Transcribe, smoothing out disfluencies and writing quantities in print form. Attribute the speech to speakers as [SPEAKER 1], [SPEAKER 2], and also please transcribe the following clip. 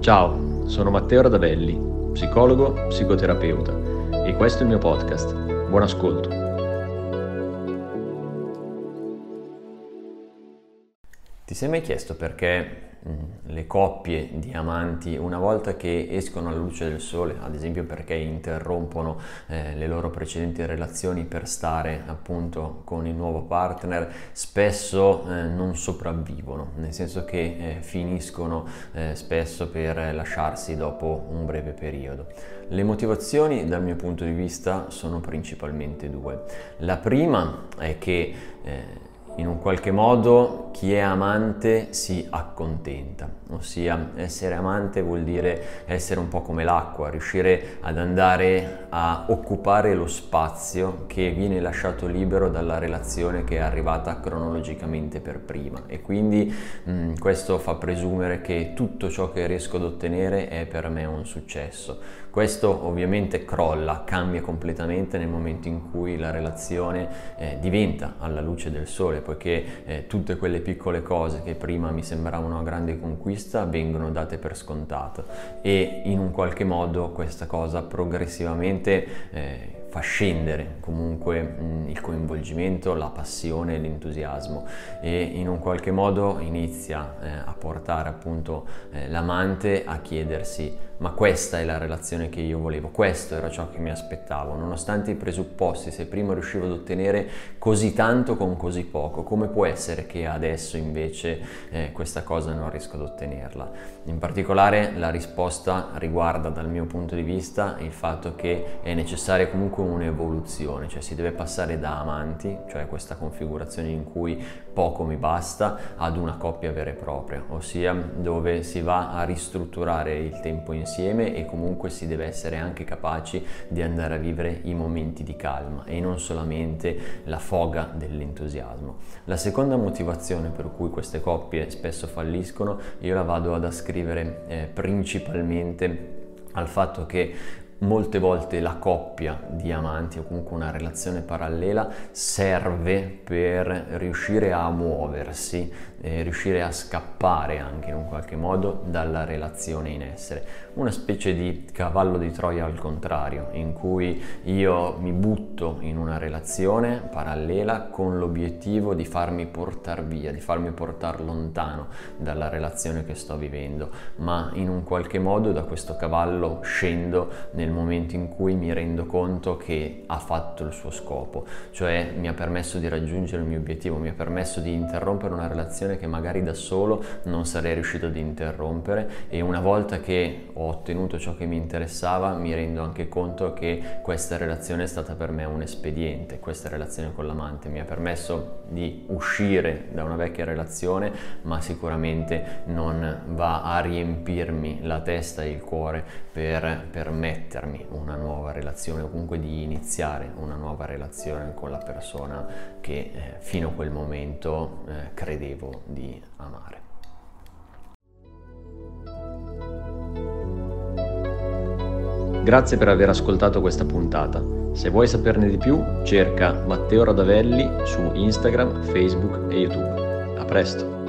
[SPEAKER 1] Ciao, sono Matteo Radavelli, psicologo, psicoterapeuta e questo è il mio podcast. Buon ascolto.
[SPEAKER 2] Ti sei mai chiesto perché le coppie di amanti, una volta che escono alla luce del sole, ad esempio perché interrompono le loro precedenti relazioni per stare appunto con il nuovo partner, spesso non sopravvivono, nel senso che finiscono spesso per lasciarsi dopo un breve periodo? Le motivazioni dal mio punto di vista sono principalmente due. La prima è che in un qualche modo chi è amante si accontenta, ossia essere amante vuol dire essere un po' come l'acqua, riuscire ad andare a occupare lo spazio che viene lasciato libero dalla relazione che è arrivata cronologicamente per prima, e quindi questo fa presumere che tutto ciò che riesco ad ottenere è per me un successo. Questo ovviamente crolla, cambia completamente nel momento in cui la relazione diventa alla luce del sole, poiché tutte quelle piccole cose che prima mi sembravano una grande conquista vengono date per scontato, e in un qualche modo questa cosa progressivamente fa scendere comunque il coinvolgimento, la passione e l'entusiasmo, e in un qualche modo inizia a portare appunto l'amante a chiedersi: ma questa è la relazione che io volevo, questo era ciò che mi aspettavo, nonostante i presupposti, se prima riuscivo ad ottenere così tanto con così poco, come può essere che adesso invece questa cosa non riesco ad ottenerla? In particolare la risposta riguarda, dal mio punto di vista, il fatto che è necessaria comunque un'evoluzione, cioè si deve passare da amanti, cioè questa configurazione in cui poco mi basta, ad una coppia vera e propria, ossia dove si va a ristrutturare il tempo insieme e comunque si deve essere anche capaci di andare a vivere i momenti di calma e non solamente la foga dell'entusiasmo. La seconda motivazione per cui queste coppie spesso falliscono io la vado ad ascrivere principalmente al fatto che molte volte la coppia di amanti o comunque una relazione parallela serve per riuscire a muoversi, riuscire a scappare anche in un qualche modo dalla relazione in essere. Una specie di cavallo di Troia al contrario, in cui io mi butto in una relazione parallela con l'obiettivo di farmi portare via, di farmi portare lontano dalla relazione che sto vivendo, ma in un qualche modo da questo cavallo scendo nel momento in cui mi rendo conto che ha fatto il suo scopo, cioè mi ha permesso di raggiungere il mio obiettivo, mi ha permesso di interrompere una relazione che magari da solo non sarei riuscito ad interrompere, e una volta che ho ottenuto ciò che mi interessava mi rendo anche conto che questa relazione è stata per me un espediente. Questa relazione con l'amante mi ha permesso di uscire da una vecchia relazione, ma sicuramente non va a riempirmi la testa e il cuore per permettermi una nuova relazione o comunque di iniziare una nuova relazione con la persona che fino a quel momento credevo di amare.
[SPEAKER 1] Grazie per aver ascoltato questa puntata. Se vuoi saperne di più, cerca Matteo Radavelli su Instagram, Facebook e YouTube. A presto!